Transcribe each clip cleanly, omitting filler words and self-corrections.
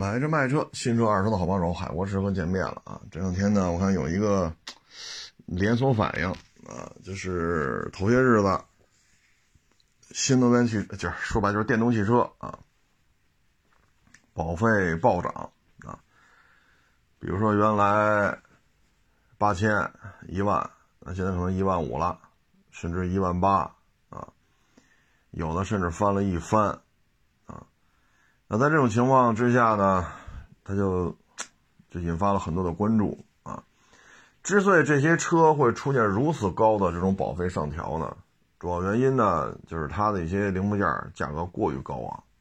买车卖车，新车二手的好帮手，海沃士哥见面了啊！这两天呢，我看有一个连锁反应啊，就是头些日子，新能源汽就是说白就是电动汽车啊，保费暴涨啊。比如说原来8000、10000，那现在可能15000了，甚至18000啊，有的甚至翻了一番。那在这种情况之下呢，它就引发了很多的关注啊。之所以这些车会出现如此高的这种保费上调呢，主要原因呢就是它的一些零部件价格过于高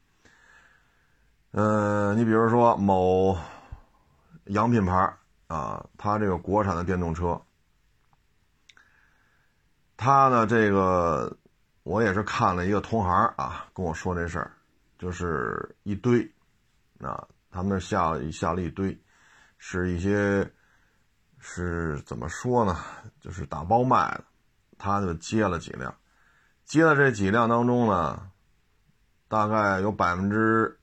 昂。你比如说某洋品牌啊，它这个国产的电动车，它呢这个我也是看了一个同行啊跟我说这事儿。就是一堆啊，他们下了一堆，是一些是怎么说呢，就是打包卖的，他就接了几辆，接了这几辆当中呢，大概有40%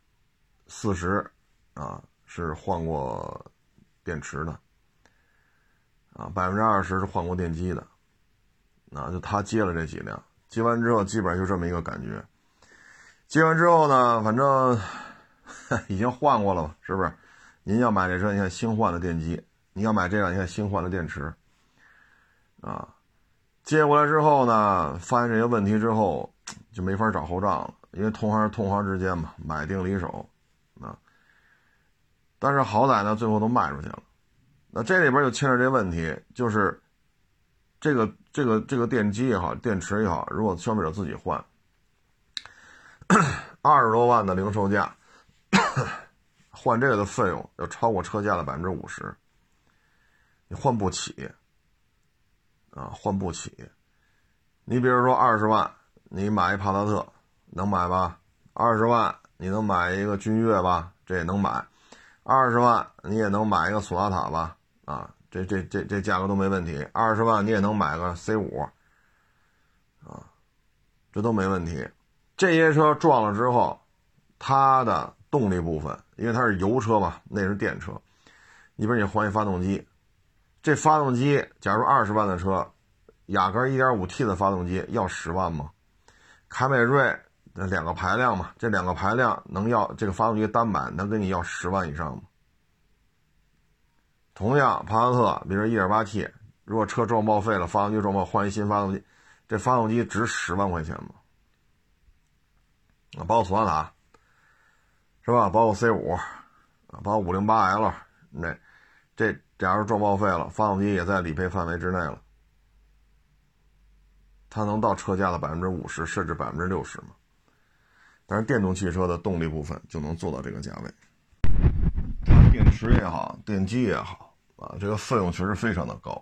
啊是换过电池的啊，20%是换过电机的啊，就他接了这几辆，接完之后基本上就这么一个感觉。接完之后呢，反正已经换过了嘛，是不是？您要买这车，你看新换的电机；你要买这辆，你看新换的电池。啊，接过来之后呢，发现这些问题之后，就没法找后账了，因为同行之间嘛，买定离手啊。但是好歹呢，最后都卖出去了。那这里边就牵扯这问题，就是这个电机也好，电池也好，如果消费者自己换。20多万的零售价，换这个的费用要超过车价的50%，你换不起啊，换不起。你比如说20万，你买一帕萨特能买吧？20万你能买一个君越吧？这也能买。20万你也能买一个索纳塔吧？啊，这价格都没问题。20万你也能买个 C5，啊，这都没问题。这些车撞了之后，它的动力部分，因为它是油车嘛，那是电车，你比如你换一发动机，这发动机假如20万的车，雅阁 1.5T 的发动机要10万吗？凯美瑞的2个排量嘛，这2个排量能要这个发动机单买能跟你要10万以上吗？同样帕萨特比如 1.8T， 如果车撞报废了，发动机撞报换一新发动机，这发动机值10万块钱吗？包括索纳塔是吧，包括 C5 包括 508L， 这假如撞报废了，发动机也在理赔范围之内了，它能到车价的50%甚至60%吗？但是电动汽车的动力部分就能做到这个价位，它电池也好，电机也好啊，这个费用确实非常的高。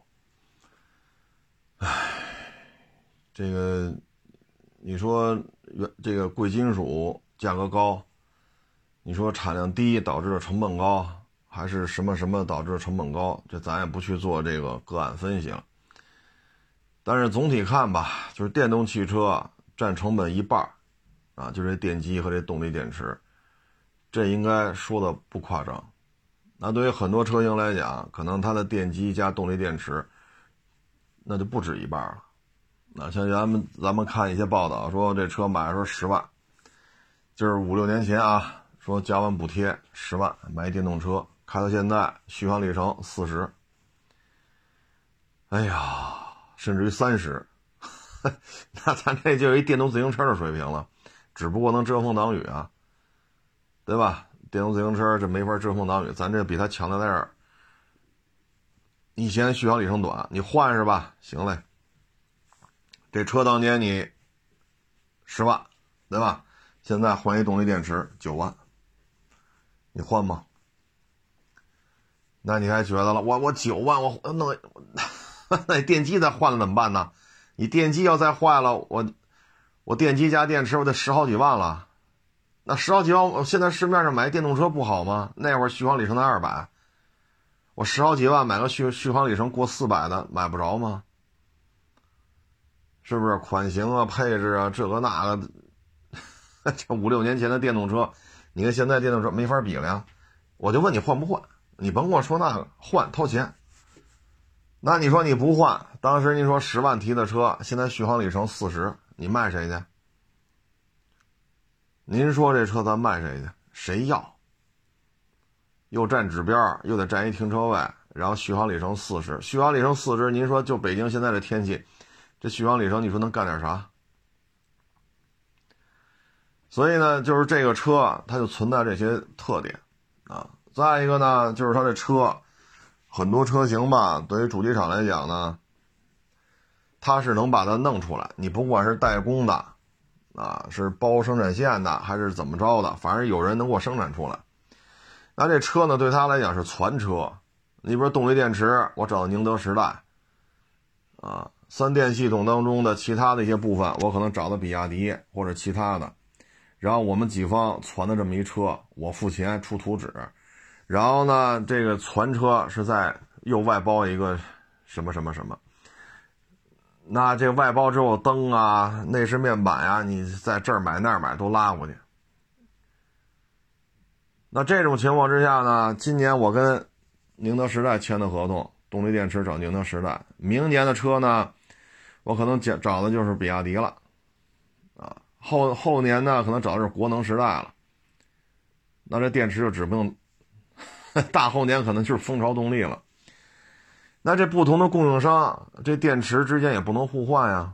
这个你说这个贵金属价格高，你说产量低导致的成本高，还是什么什么导致的成本高，这咱也不去做这个个案分析了。但是总体看吧，就是电动汽车占成本一半啊，就这电机和这动力电池，这应该说的不夸张。那对于很多车型来讲，可能它的电机加动力电池那就不止一半了。那像咱们看一些报道说这车买说10万，就是5-6年前啊，说加完补贴10万买电动车，开到现在续航里程40，哎呀，甚至于30，那咱这就是一电动自行车的水平了，只不过能遮风挡雨啊，对吧？电动自行车这没法遮风挡雨，咱这比它强在这儿。你嫌续航里程短，你换是吧？行嘞。这车当年你10万，对吧？现在换一动力电池9万，你换吗？那你还觉得了，我9万我弄那电机再换了怎么办呢？你电机要再坏了，我电机加电池我得10好几万了。那10好几万，现在市面上买电动车不好吗？那会儿续航里程才200，我10好几万买个续航里程过400的买不着吗？是不是款型啊、配置啊，这个那个，这5-6年前的电动车，你跟现在电动车没法比了呀。 我就问你换不换，你甭跟我说那个换掏钱。那你说你不换，当时你说10万提的车，现在续航里程40，你卖谁去？您说这车咱卖谁去？谁要？又占指标，又得占一停车位，然后续航里程40，续航里程40，您说就北京现在这天气，这续航里程你说能干点啥？所以呢，就是这个车它就存在这些特点啊。再一个呢，就是它这车很多车型吧，对于主机厂来讲呢，它是能把它弄出来，你不管是代工的啊，是包生产线的，还是怎么着的，反正有人能给我生产出来。那这车呢，对他来讲是传车。你比如动力电池，我找宁德时代啊，3电系统当中的其他的一些部分，我可能找到比亚迪或者其他的，然后我们几方传的这么一车，我付钱出图纸，然后呢，这个传车是在又外包一个什么什么什么，那这外包之后灯啊、内饰面板啊，你在这儿买那儿买都拉过去。那这种情况之下呢，今年我跟宁德时代签的合同，动力电池找宁德时代，明年的车呢，我可能找的就是比亚迪了啊，后年呢可能找的是国能时代了，那这电池就指不定大后年可能就是蜂巢动力了。那这不同的供应商，这电池之间也不能互换呀，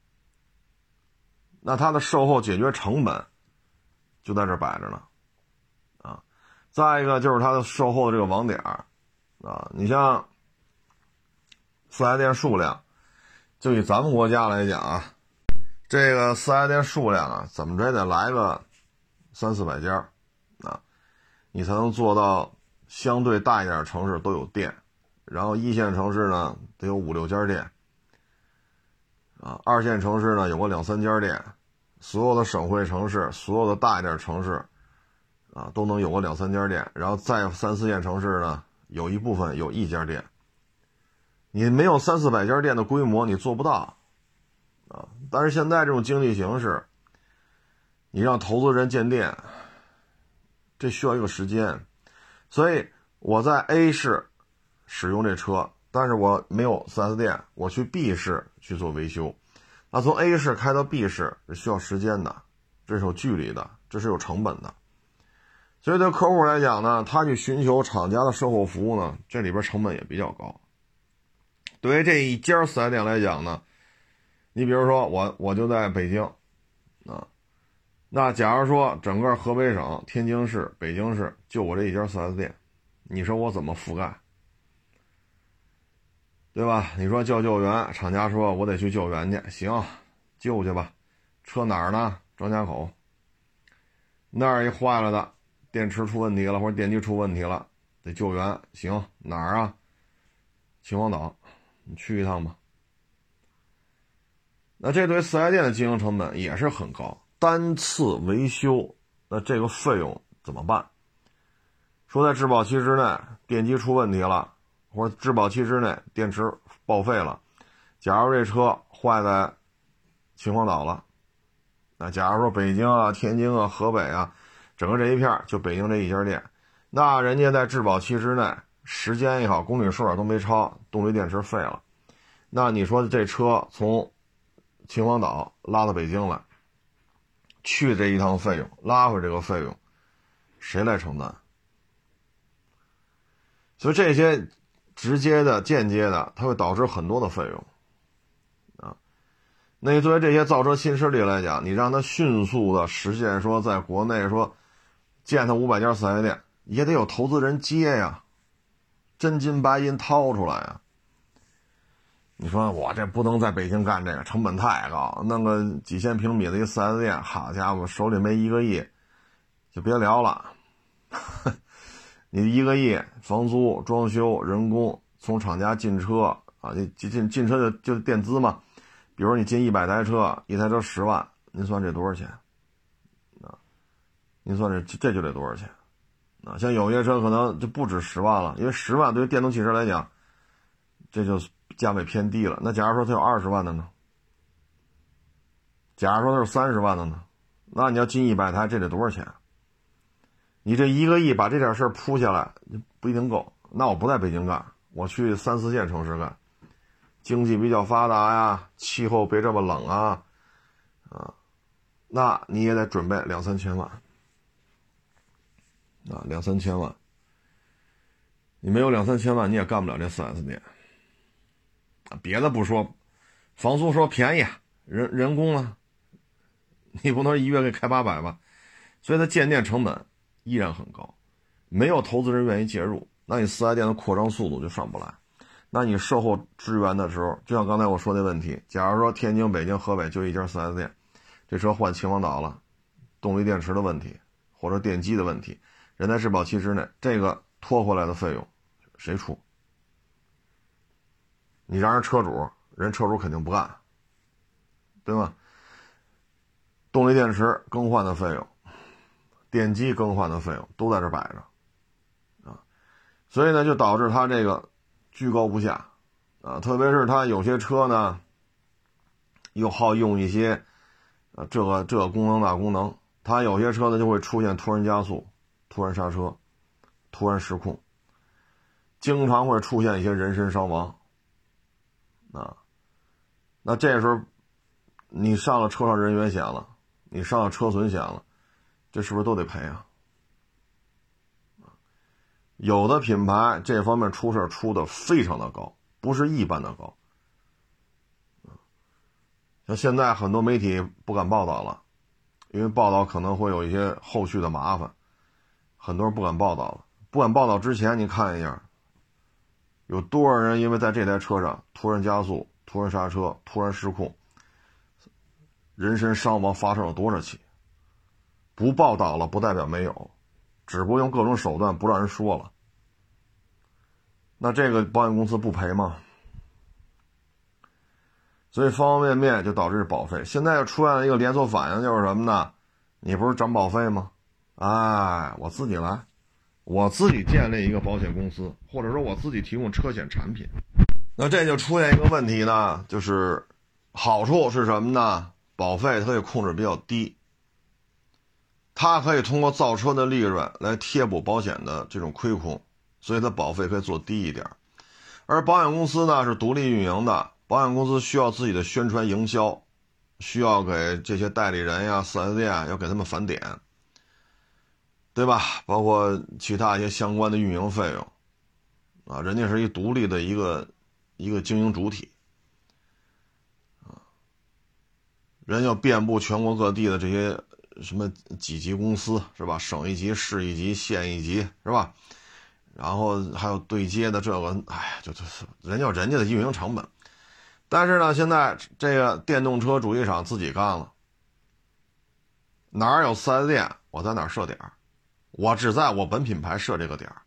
那它的售后解决成本就在这摆着呢啊。再一个就是它的售后的这个网点啊，你像4S店数量，就以咱们国家来讲啊，这个4S店数量啊，怎么着也得来个300-400家啊，你才能做到相对大一点的城市都有店，然后1线城市呢得有5-6家店啊，2线城市呢有个2-3家店，所有的省会城市，所有的大一点城市啊都能有个2-3家店，然后再3-4线城市呢有一部分有1家店。你没有300-400家店的规模，你做不到啊。但是现在这种经济形势，你让投资人建店，这需要一个时间。所以我在 A 市使用这车，但是我没有 4S 店，我去 B 市去做维修。那从 A 市开到 B 市是需要时间的，这是有距离的，这是有成本的。所以对客户来讲呢，他去寻求厂家的售后服务呢，这里边成本也比较高。对于这一家 4S 店来讲呢，你比如说我就在北京啊，那假如说整个河北省天津市、北京市就我这一家 4S 店，你说我怎么覆盖？对吧？你说叫救援，厂家说我得去救援去，行，救去吧。车哪儿呢？张家口。那儿一坏了的，电池出问题了或者电机出问题了，得救援，行，哪儿啊？秦皇岛。你去一趟吧。那这对 4S 店的经营成本也是很高，单次维修，那这个费用怎么办？说在质保期之内电机出问题了，或者质保期之内电池报废了，假如这车坏在秦皇岛了，那假如说北京啊、天津啊、河北啊，整个这一片就北京这一家店，那人家在质保期之内时间也好，公里数都没超，动力电池废了，那你说这车从秦皇岛拉到北京来，去这一趟费用，拉回这个费用，谁来承担？所以这些直接的、间接的，它会导致很多的费用啊。那作为这些造车新势力来讲，你让它迅速的实现说在国内说建它500家 4S 店，也得有投资人接呀，真金白银掏出来呀。你说我这不能在北京干这个，成本太高，弄个几千平米的一个 4S 店，好家伙，手里没1个亿，就别聊了。你1个亿房租、装修、人工，从厂家进车啊，你进车就垫资嘛。比如你进100台车，一台车10万，您算这多少钱啊？您算这就得多少钱啊？像有些车可能就不止10万了，因为10万对于电动汽车来讲，这就价位偏低了。那假如说它有20万的呢？假如说它是30万的呢？那你要进100台，这得多少钱？ 你这1个亿把这点事儿铺下来不一定够，那我不在北京干，我去3、4线城市干，经济比较发达呀，气候别这么冷啊，那你也得准备2、3千万啊，2、3千万，你没有2、3千万你也干不了这 4S 店啊。别的不说，房租说便宜，人工呢，你不能一月给开800吧，所以它建店成本依然很高，没有投资人愿意介入，那你4S店的扩张速度就上不来。那你售后支援的时候，就像刚才我说的问题，假如说天津、北京、河北就一家 4S 店，这车换秦皇岛了，动力电池的问题或者电机的问题，人在质保期之内，这个拖回来的费用谁出？你让人车主肯定不干，对吗？动力电池更换的费用，电机更换的费用都在这摆着啊，所以呢就导致它这个居高不下啊，特别是它有些车呢又好用一些这个功能那功能，它有些车呢就会出现突然加速、突然刹车、突然失控，经常会出现一些人身伤亡啊。那这时候你上了车上人员险了，你上了车损险了，这是不是都得赔啊？有的品牌这方面出事出的非常的高，不是一般的高。像现在很多媒体不敢报道了，因为报道可能会有一些后续的麻烦，很多人不敢报道了。不敢报道之前你看一下，有多少人因为在这台车上突然加速、突然刹车、突然失控，人身伤亡发生了多少起？不报道了不代表没有，只不过用各种手段不让人说了。那这个保险公司不赔吗？所以方方面面就导致保费。现在又出现了一个连锁反应，就是什么呢？你不是涨保费吗？哎，我自己来，我自己建立一个保险公司，或者说我自己提供车险产品。那这就出现一个问题呢，就是好处是什么呢？保费它可以控制比较低，它可以通过造车的利润来贴补保险的这种亏空，所以它保费可以做低一点。而保险公司呢是独立运营的，保险公司需要自己的宣传营销，需要给这些代理人呀、4S 店要给他们返点，对吧？包括其他一些相关的运营费用啊，人家是一独立的一个经营主体啊，人要遍布全国各地的这些什么几级公司是吧？省一级、市一级、县一级是吧？然后还有对接的这个，哎，就是人家的运营成本。但是呢，现在这个电动车主机厂自己干了，哪儿有 4S 店，我在哪儿设点，我只在我本品牌设这个点，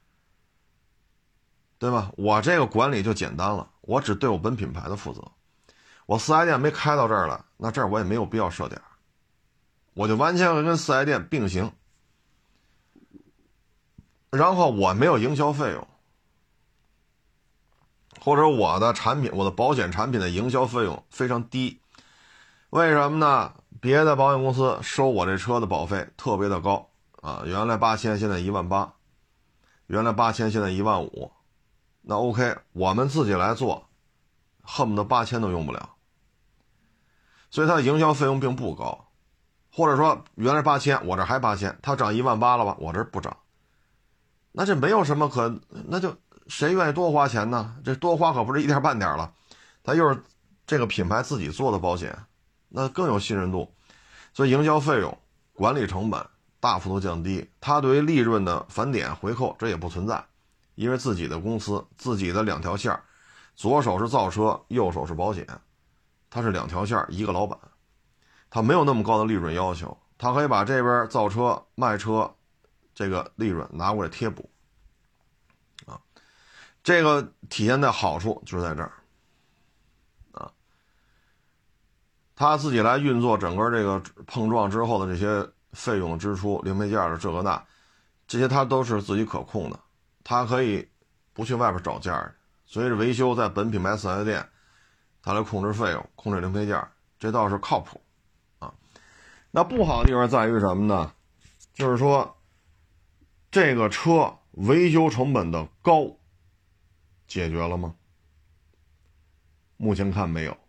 对吧？我这个管理就简单了，我只对我本品牌的负责。我 4S 店没开到这儿了，那这儿我也没有必要设点，我就完全跟 4S 店并行。然后我没有营销费用，或者我的产品，我的保险产品的营销费用非常低。为什么呢？别的保险公司收我这车的保费特别的高啊，原来8000，现在18000，原来8000，现在15000。那 OK， 我们自己来做，恨不得8000都用不了。所以它的营销费用并不高，或者说原来8000，我这还8000，它涨18000了吧？我这不涨。那这没有什么那就谁愿意多花钱呢？这多花可不是一点半点了，他又是这个品牌自己做的保险，那更有信任度，所以营销费用、管理成本大幅度降低，它对于利润的返点回扣这也不存在，因为自己的公司自己的2条线，左手是造车，右手是保险，它是2条线一个老板，他没有那么高的利润要求，他可以把这边造车卖车这个利润拿过来贴补啊，这个体现的好处就是在这儿啊，他自己来运作整个这个碰撞之后的这些费用支出、零配件的这个那，这些他都是自己可控的，他可以不去外边找件儿，随着维修在本品牌 4S 店，他来控制费用、控制零配件，这倒是靠谱啊。那不好的地方在于什么呢？就是说这个车维修成本的高解决了吗？目前看没有。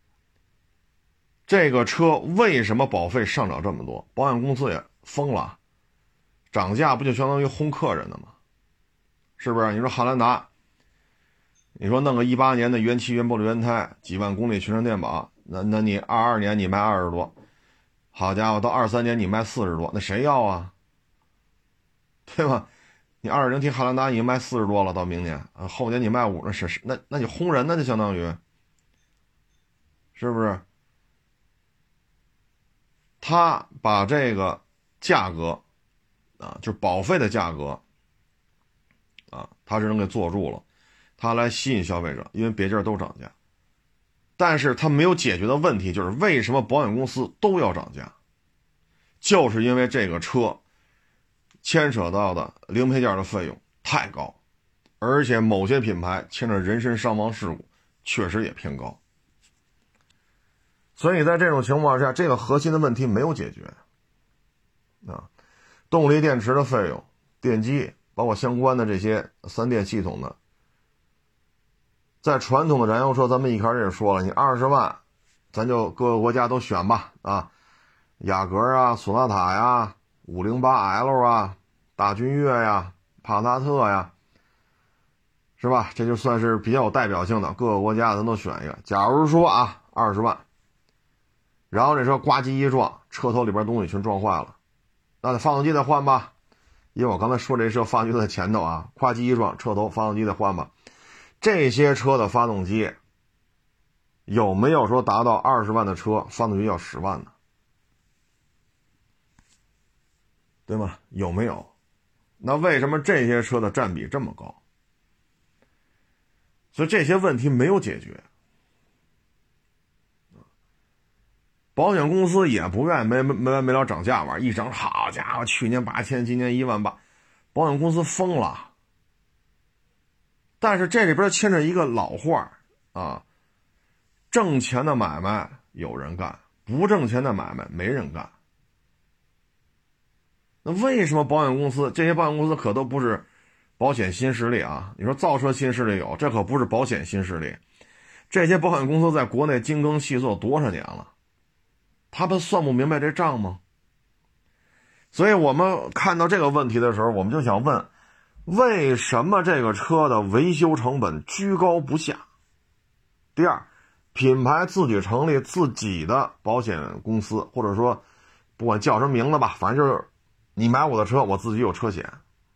这个车为什么保费上涨这么多？保险公司也疯了，涨价不就相当于轰客人的吗？是不是？你说汉兰达，你说弄个18年的原漆原玻璃原胎，几万公里全程电保，那你22年你卖20多，好家伙，到23年你卖40多，那谁要啊？对吧？你2.0T 汉兰达已经卖40多了，到明年后年你卖50，那你轰人，那就相当于，是不是？他把这个价格就是保费的价格他是能给做住了，他来吸引消费者，因为别地儿都涨价。但是他没有解决的问题就是为什么保险公司都要涨价，就是因为这个车牵扯到的零配件的费用太高，而且某些品牌牵扯人身伤亡事故确实也偏高。所以在这种情况下，这个核心的问题没有解决动力电池的费用、电机包括相关的这些3电系统的，在传统的燃油车咱们一开始也说了，你20万咱就各个国家都选吧雅阁啊、索纳塔呀、508L 啊、大君越呀、帕萨特呀，是吧？这就算是比较有代表性的，各个国家咱都选一个。假如说20万，然后这车呱唧一撞，车头里边东西全撞坏了，那发动机得换吧，因为我刚才说这车发动机在前头呱唧一撞，车头发动机得换吧。这些车的发动机有没有说达到20万的车发动机要10万呢？对吗？有没有？那为什么这些车的占比这么高？所以这些问题没有解决，保险公司也不愿意没完没了涨价吧，一涨好家伙，去年8000，今年18000，保险公司疯了。但是这里边牵扯一个老话挣钱的买卖有人干，不挣钱的买卖没人干。那为什么保险公司，这些保险公司可都不是保险新势力你说造车新势力有，这可不是保险新势力。这些保险公司在国内精耕细作多少年了，他们算不明白这账吗？所以我们看到这个问题的时候，我们就想问，为什么这个车的维修成本居高不下？第二，品牌自己成立自己的保险公司，或者说不管叫什么名字吧，反正就是你买我的车，我自己有车险。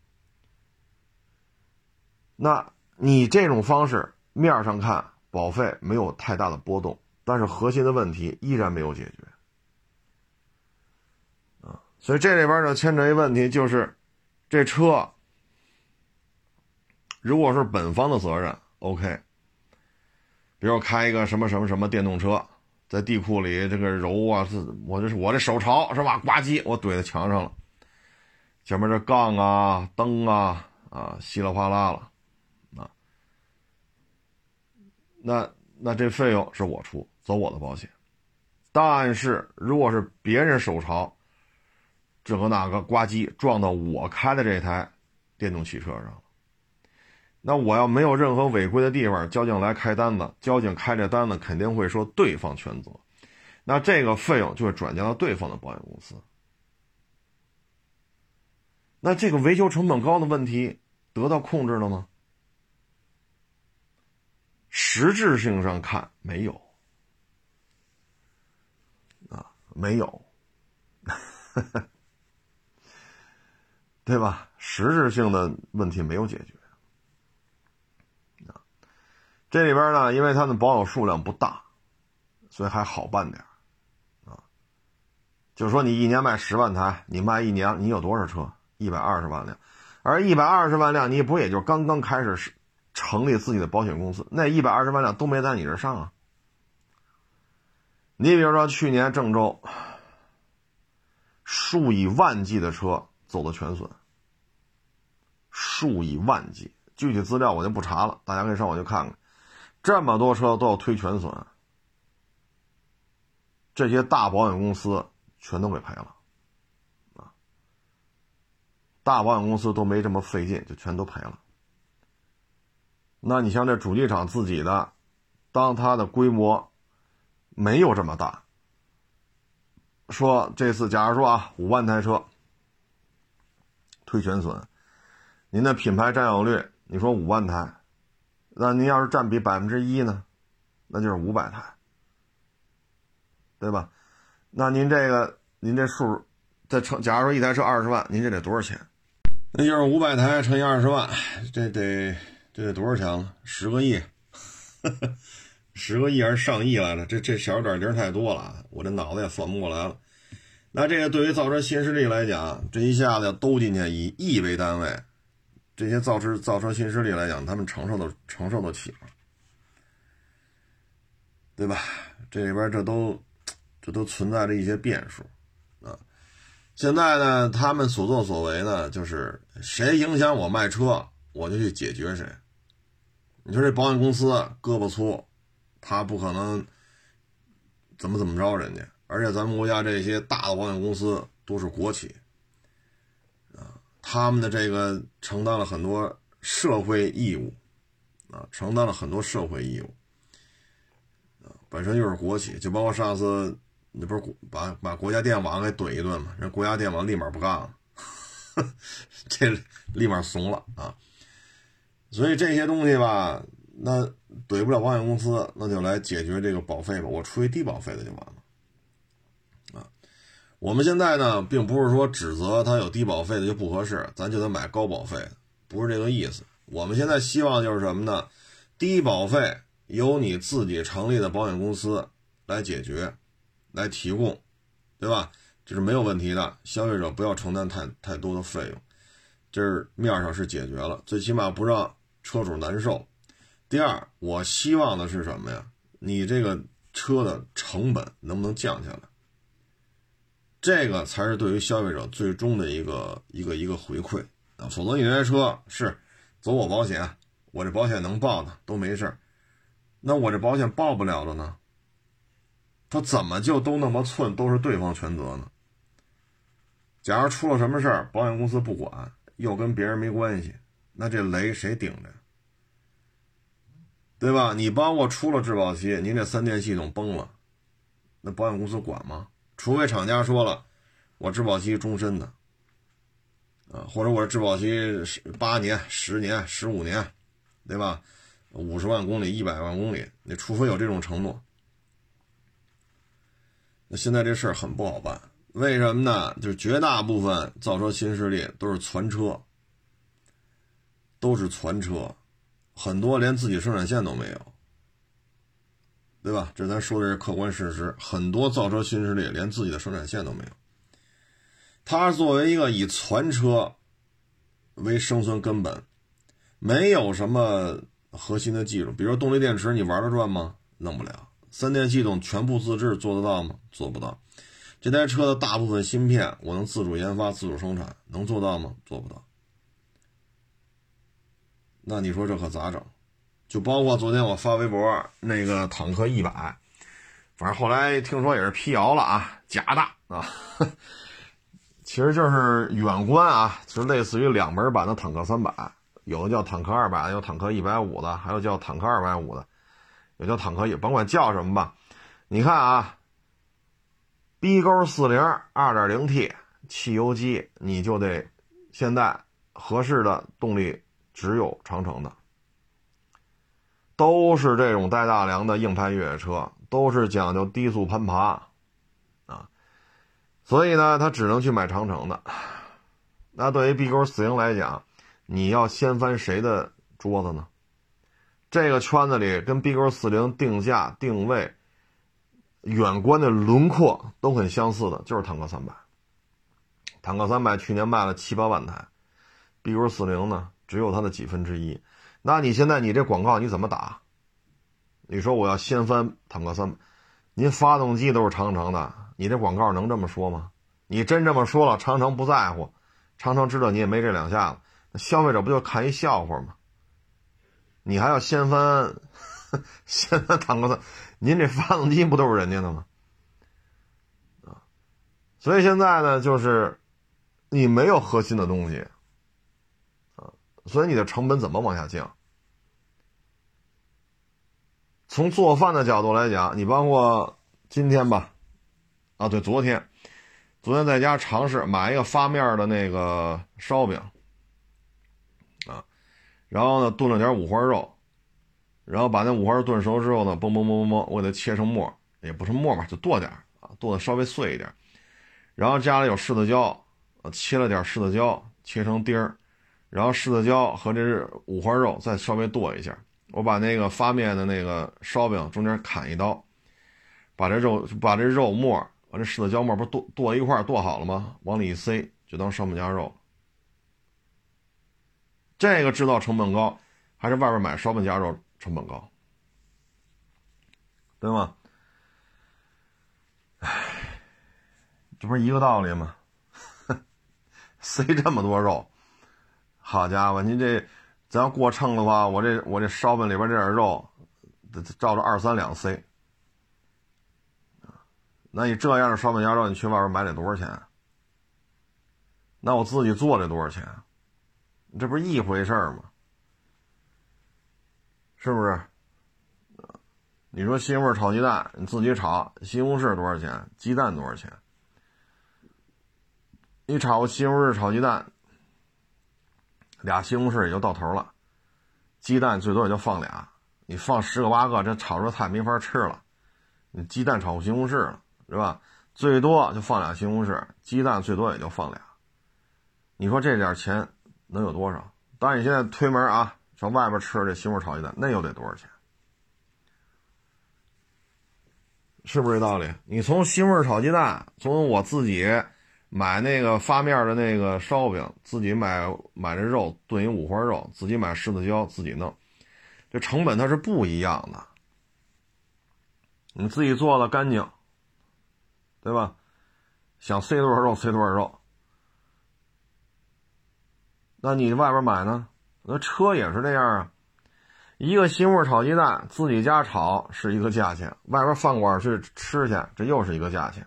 那你这种方式面上看保费没有太大的波动，但是核心的问题依然没有解决所以这里边呢牵扯一问题，就是这车如果是本方的责任 OK， 比如开一个什么什么什么电动车在地库里这个揉我这手潮是吧，呱唧我怼在墙上了，前面这杠灯稀里哗啦了那这费用是我出，走我的保险。但是如果是别人手潮这个那个呱唧撞到我开的这台电动汽车上了，那我要没有任何违规的地方，交警来开单子，交警开这单子肯定会说对方全责，那这个费用就会转嫁到对方的保险公司。那这个维修成本高的问题得到控制了吗？实质性上看没有没有对吧？实质性的问题没有解决这里边呢，因为它的保有数量不大，所以还好办点就是说你一年卖10万台，你卖一年你有多少车？120万辆，而120万辆你不也就刚刚开始成立自己的保险公司，那120万辆都没在你这上你比如说去年郑州数以万计的车走的全损，数以万计，具体资料我就不查了，大家可以上网去看看，这么多车都要推全损，这些大保险公司全都给赔了大保险公司都没这么费劲，就全都赔了。那你像这主机厂自己的，当它的规模没有这么大，说这次假如说啊5万台车推全损，您的品牌占有率，你说5万台，那您要是占比1%呢，那就是500台，对吧？那您这数再乘，假如说一台车20万，您这得多少钱？那就是500台乘以20万，这得多少钱了？10个亿，10个亿还是上亿来着？这小点零太多了，我这脑子也算不过来了。那这个对于造车新势力来讲，这一下子要兜进去，以亿为单位，这些造车新势力来讲，他们承受得起吗？对吧？这里边这都存在着一些变数啊。现在呢，他们所作所为呢，就是谁影响我卖车，我就去解决谁。你说这保险公司胳膊粗，他不可能怎么着人家，而且咱们国家这些大的保险公司都是国企啊，他们的这个承担了很多社会义务啊，本身就是国企，就包括上次你不是把国家电网给怼一顿嘛，人国家电网立马不干了，这立马怂了啊。所以这些东西吧，那怼不了保险公司，那就来解决这个保费吧，我出一低保费的就完了啊。我们现在呢，并不是说指责他有低保费的就不合适，咱就得买高保费的，不是这个意思。我们现在希望就是什么呢？低保费由你自己成立的保险公司来解决，来提供，对吧？这是没有问题的，消费者不要承担太多的费用，这是面上是解决了，最起码不让车主难受。第二，我希望的是什么呀？你这个车的成本能不能降下来？这个才是对于消费者最终的一个回馈啊！否则你这车是走我保险，我这保险能报的都没事，那我这保险报不了了呢？他怎么就都那么寸，都是对方全责呢？假如出了什么事儿，保险公司不管，又跟别人没关系，那这雷谁顶着？对吧？你包括出了质保期，您这3电系统崩了，那保险公司管吗？除非厂家说了，我质保期终身的，啊，或者我质保期8年、10年、15年，对吧？50万公里、100万公里，你除非有这种承诺。那现在这事儿很不好办，为什么呢？就是绝大部分造车新势力都是传车，很多连自己生产线都没有，对吧？这咱说的是客观事实，很多造车新势力连自己的生产线都没有。它作为一个以传车为生存根本，没有什么核心的技术，比如说动力电池，你玩得转吗？弄不了。3电系统全部自制做得到吗？做不到。这台车的大部分芯片我能自主研发、自主生产，能做到吗？做不到。那你说这可咋整？就包括昨天我发微博那个坦克100，反正后来听说也是辟谣了啊，假的啊。其实就是远观啊，就类似于2门版的坦克300，有的叫坦克200，有坦克150的，还有叫坦克250的，有叫坦克也甭管叫什么吧。你看啊， B 勾40 2.0T 汽油机，你就得现在合适的动力只有长城的，都是这种带大梁的硬派越野车，都是讲究低速攀爬啊，所以呢他只能去买长城的。那对于 B 勾40来讲，你要掀翻谁的桌子呢？这个圈子里跟 B 勾40定价定位远观的轮廓都很相似的，就是坦克300。坦克300去年卖了7、8万台， B 勾40呢只有它的几分之一。那你现在你这广告你怎么打？你说我要掀翻坦克300，您发动机都是长城的，你这广告能这么说吗？你真这么说了，长城不在乎，长城知道你也没这两下子，那消费者不就看一笑话吗？你还要掀翻坦克3，您这发动机不都是人家的吗？啊，所以现在呢，就是你没有核心的东西啊，所以你的成本怎么往下降？从做饭的角度来讲，你包括今天吧，啊对，昨天在家尝试买一个发面的那个烧饼啊，然后呢炖了点五花肉，然后把那五花肉炖熟之后呢，嘣嘣嘣嘣嘣，我给它切成末，也不是末嘛，就剁点啊，剁的稍微碎一点，然后家里有柿子椒，切了点柿子椒，切成丁儿，然后柿子椒和这五花肉再稍微剁一下，我把那个发面的那个烧饼中间砍一刀，把这肉末，把这柿子椒末不是剁一块剁好了吗？往里一塞，就当烧饼夹肉。这个制造成本高，还是外边买烧饼夹肉成本高，对吗？唉，这不是一个道理吗？塞这么多肉，好家伙，您这咱要过秤的话，我这烧饼里边这点肉，照着2-3两塞。那你这样的烧饼夹肉，你去外边买得多少钱？那我自己做得多少钱？这不是一回事吗？是不是？你说西红柿炒鸡蛋，你自己炒，西红柿多少钱？鸡蛋多少钱？你炒个西红柿炒鸡蛋，俩西红柿也就到头了，鸡蛋最多也就放俩，你放10个8个，这炒出菜没法吃了。你鸡蛋炒西红柿了，是吧？最多就放俩西红柿，鸡蛋最多也就放俩。你说这点钱能有多少？当然你现在推门啊，上外边吃这西红柿炒鸡蛋，那又得多少钱？是不是这道理？你从西红柿炒鸡蛋，从我自己买那个发面的那个烧饼，自己买这肉炖一五花肉，自己买柿子椒自己弄，这成本它是不一样的。你自己做的干净，对吧？想塞多少肉塞多少肉。那你外边买呢？那车也是这样啊，一个西红柿炒鸡蛋自己家炒是一个价钱，外边饭馆去吃去，这又是一个价钱。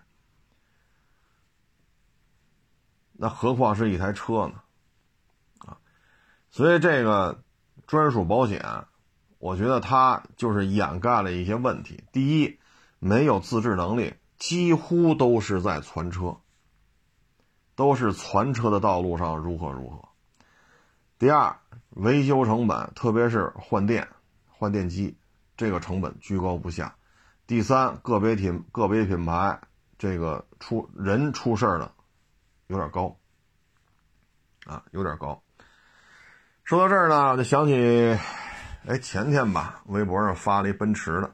那何况是一台车呢？啊，所以这个专属保险，我觉得它就是掩盖了一些问题。第一，没有自制能力，几乎都是在传车，都是传车的道路上如何。第二，维修成本，特别是换电机，这个成本居高不下。第三，个别品牌这个出事的有点高啊，有点高。说到这儿呢，就想起前天吧，微博上发了一奔驰的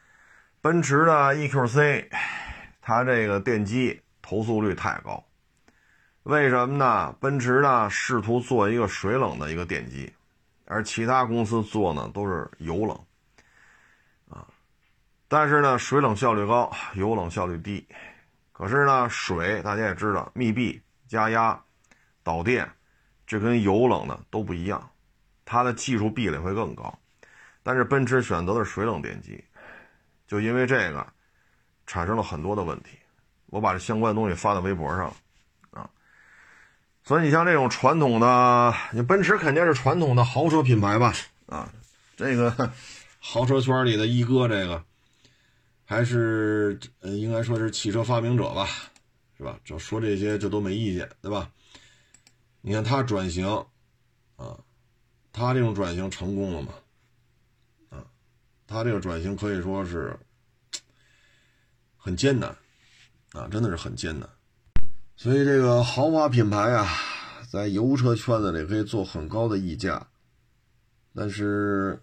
EQC， 它这个电机投诉率太高。为什么呢？奔驰呢试图做一个水冷的一个电机，而其他公司做呢都是油冷啊。但是呢，水冷效率高，油冷效率低。可是呢，水大家也知道，密闭、加压、导电，这跟油冷的都不一样，它的技术壁垒会更高。但是奔驰选择的是水冷电机，就因为这个产生了很多的问题。我把这相关的东西发到微博上啊。所以你像这种传统的，你奔驰肯定是传统的豪车品牌吧？啊，这个豪车圈里的一哥，这个还是应该说是汽车发明者吧，是吧？就说这些就都没意见，对吧？你看他转型啊，他这种转型成功了吗？啊，他这个转型可以说是很艰难啊，真的是很艰难。所以这个豪华品牌啊，在油车圈子里可以做很高的溢价，但是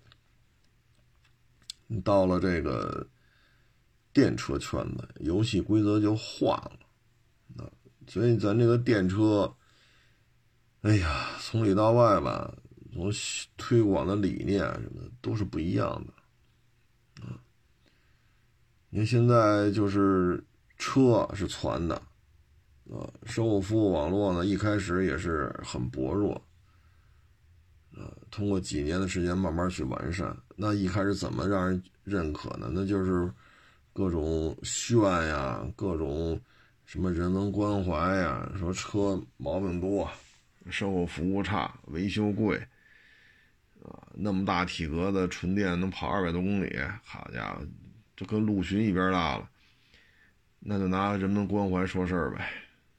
到了这个电车圈子，游戏规则就换了。所以咱这个电车，哎呀，从里到外吧，从推广的理念什么的都是不一样的。因为现在就是车是传的。售后服务网络呢，一开始也是很薄弱，通过几年的时间慢慢去完善。那一开始怎么让人认可呢？那就是各种炫呀，各种什么人文关怀呀，说车毛病多，售后服务差，维修贵啊，那么大体格的纯电能跑200多公里，好家伙，就跟陆巡一边大了，那就拿人文关怀说事儿呗。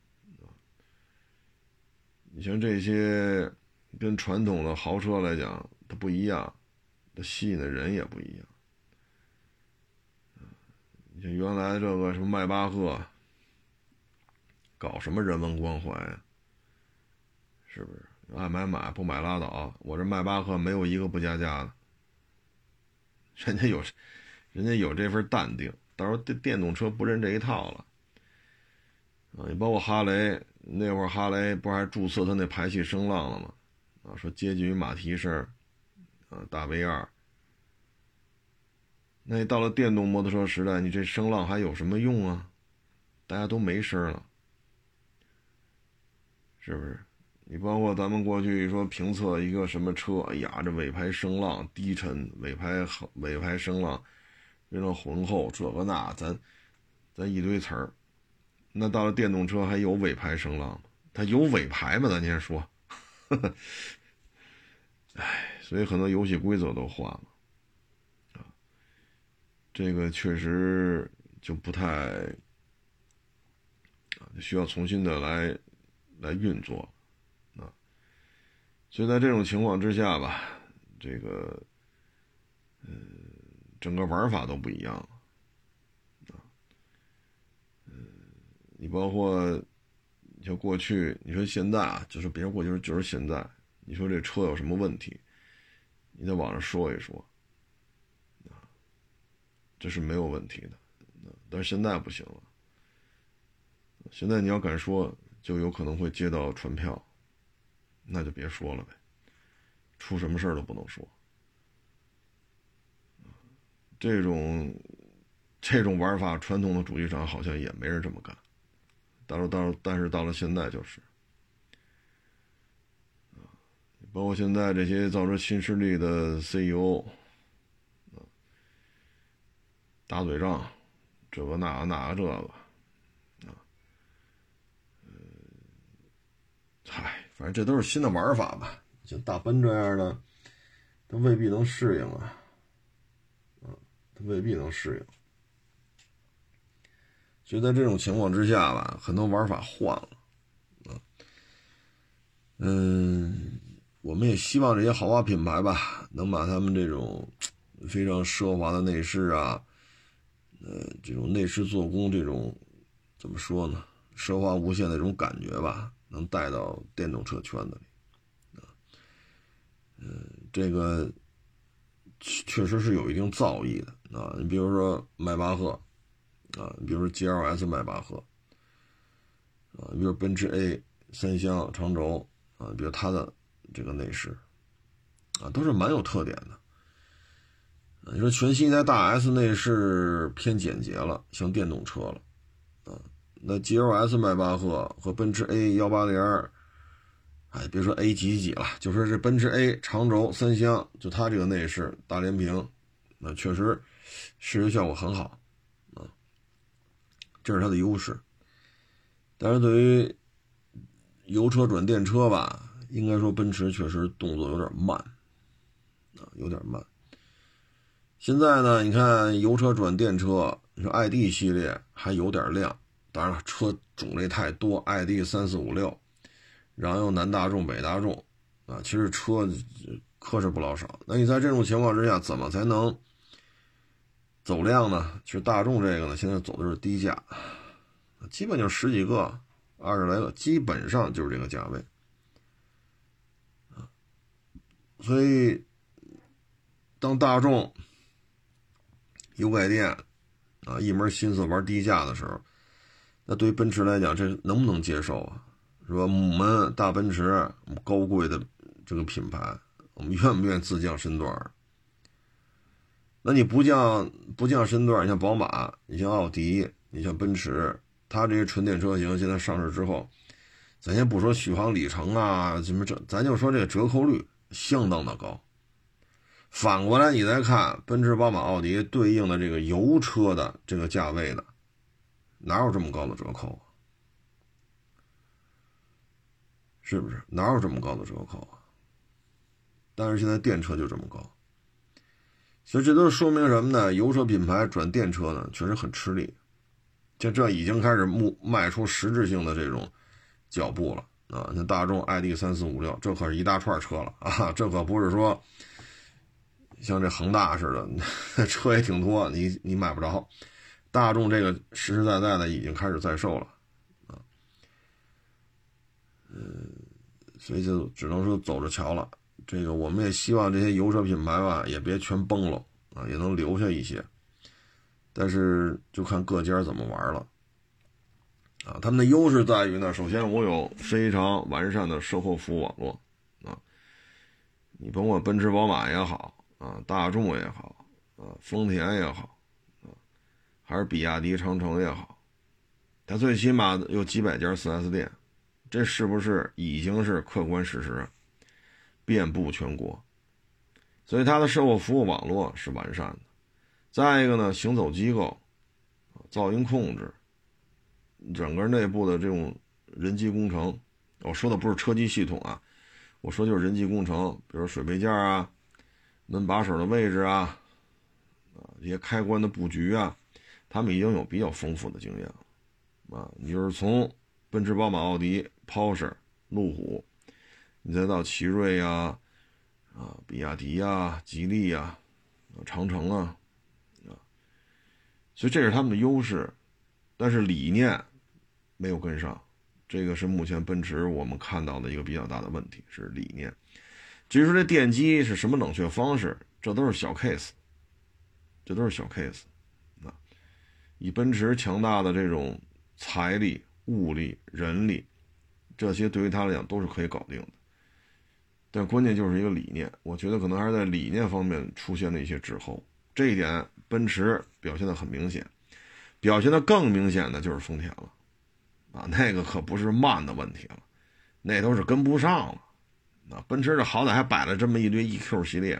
你像这些跟传统的豪车来讲它不一样，它吸引的人也不一样。你像原来这个什么迈巴赫搞什么人文关怀啊，是不是爱买不买拉倒，我这迈巴赫没有一个不加价的，人家有这份淡定，到时候电动车不认这一套了啊！你包括哈雷，那会儿哈雷不是还注册他那排气声浪了吗？啊，说接近于马蹄声啊，大 V2。那你到了电动摩托车时代，你这声浪还有什么用啊？大家都没声了，是不是？你包括咱们过去说评测一个什么车，哎呀，这尾排声浪低沉，尾排声浪非常浑厚，这个那咱一堆词儿。那到了电动车还有尾排声浪吗？它有尾排吗？咱先说。哎，所以很多游戏规则都换了。这个确实就不太需要重新的来运作啊，所以在这种情况之下吧，这个整个玩法都不一样了啊，你包括你像过去，你说现在啊，就是别说过去，就是现在，你说这车有什么问题，你在网上说一说。这是没有问题的，但是现在不行了。现在你要敢说，就有可能会接到传票，那就别说了呗，出什么事儿都不能说。这种玩法，传统的主机厂好像也没人这么干。但是到了现在就是，包括现在这些造车新势力的 CEO。打嘴仗，这个那个这个，啊，反正这都是新的玩法吧。像大奔这样的，他未必能适应啊，他未必能适应。所以在这种情况之下吧，很多玩法换了，我们也希望这些豪华品牌吧，能把他们这种非常奢华的内饰啊。这种内饰做工，这种怎么说呢？奢华无限的这种感觉吧，能带到电动车圈子里这个确实是有一定造诣的啊。你比如说迈巴赫啊，你比如说 GLS 迈巴赫啊，你比如奔驰 A 三厢长轴啊，比如它的这个内饰啊，都是蛮有特点的。你说全新一代大 S 内饰偏简洁了，像电动车了啊。那 GLS 迈巴赫和奔驰 A180，别说 A 几了，就说是奔驰 A 长轴三厢，就它这个内饰大连屏，那确实视觉效果很好啊，这是它的优势。但是对于油车转电车吧，应该说奔驰确实动作有点慢啊，有点慢。现在呢，你看油车转电车，你说 ID 系列还有点亮，当然了，车种类太多 ，ID 3、4、5、6，然后又南大众、北大众啊，其实车可是不老少。那你在这种情况之下，怎么才能走量呢？其实大众这个呢，现在走的是低价，基本就10几个、20来个，基本上就是这个价位所以当大众油改电啊一门心思玩低价的时候，那对于奔驰来讲，这能不能接受啊？是吧？母门大奔驰高贵的这个品牌，我们愿不愿意自降身段？那你不降身段，你像宝马，你像奥迪，你像奔驰，它这些纯电车型现在上市之后，咱先不说续航里程啊什么咱就说这个折扣率相当的高。反过来你再看奔驰、宝马、奥迪对应的这个油车的这个价位的，哪有这么高的折扣是不是？哪有这么高的折扣啊？但是现在电车就这么高，所以这都是说明什么呢？油车品牌转电车呢，确实很吃力。这已经开始迈出实质性的这种脚步了啊！像大众 ID.3456，这可是一大串车了啊！这可不是说像这恒大似的，车也挺多，你买不着。大众这个实实在在的已经开始在售了啊，所以就只能说走着瞧了。这个我们也希望这些油车品牌吧，也别全崩了啊，也能留下一些。但是就看各家怎么玩了啊。他们的优势在于呢，首先我有非常完善的售后服务网络啊，你甭管奔驰、宝马也好啊，大众也好啊，丰田也好啊，还是比亚迪、长城也好，它最起码有几百家 4S 店，这是不是已经是客观事实？遍布全国，所以它的售后服务网络是完善的。再一个呢，行走机构、噪音控制、整个内部的这种人机工程，我说的不是车机系统啊，我说就是人机工程，比如水杯架啊、门把手的位置啊、这些开关的布局啊，他们已经有比较丰富的经验了啊。你就是从奔驰、宝马、奥迪、Porsche、路虎，你再到奇瑞啊、比亚迪啊、吉利啊、长城啊，所以这是他们的优势，但是理念没有跟上，这个是目前奔驰我们看到的一个比较大的问题，是理念。至于说这电机是什么冷却方式，这都是小 case， 这都是小 case 啊。以奔驰强大的这种财力、物力、人力，这些对于他来讲都是可以搞定的。但关键就是一个理念，我觉得可能还是在理念方面出现了一些滞后，这一点奔驰表现得很明显，表现得更明显的就是丰田了啊，那个可不是慢的问题了，那都是跟不上了。那奔驰这好歹还摆了这么一堆 EQ 系列，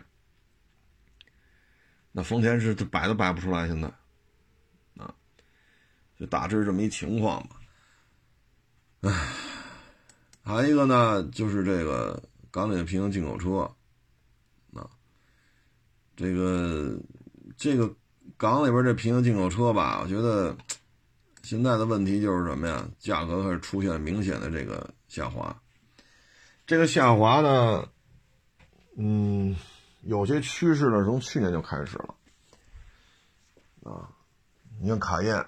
那丰田是摆都摆不出来，现在啊，就大致这么一情况吧。唉，还有一个呢，就是这个港里的平行进口车啊，这个港里边这平行进口车吧，我觉得现在的问题就是什么呀？价格开始出现明显的这个下滑。这个下滑呢，有些趋势呢从去年就开始了啊。你看卡宴，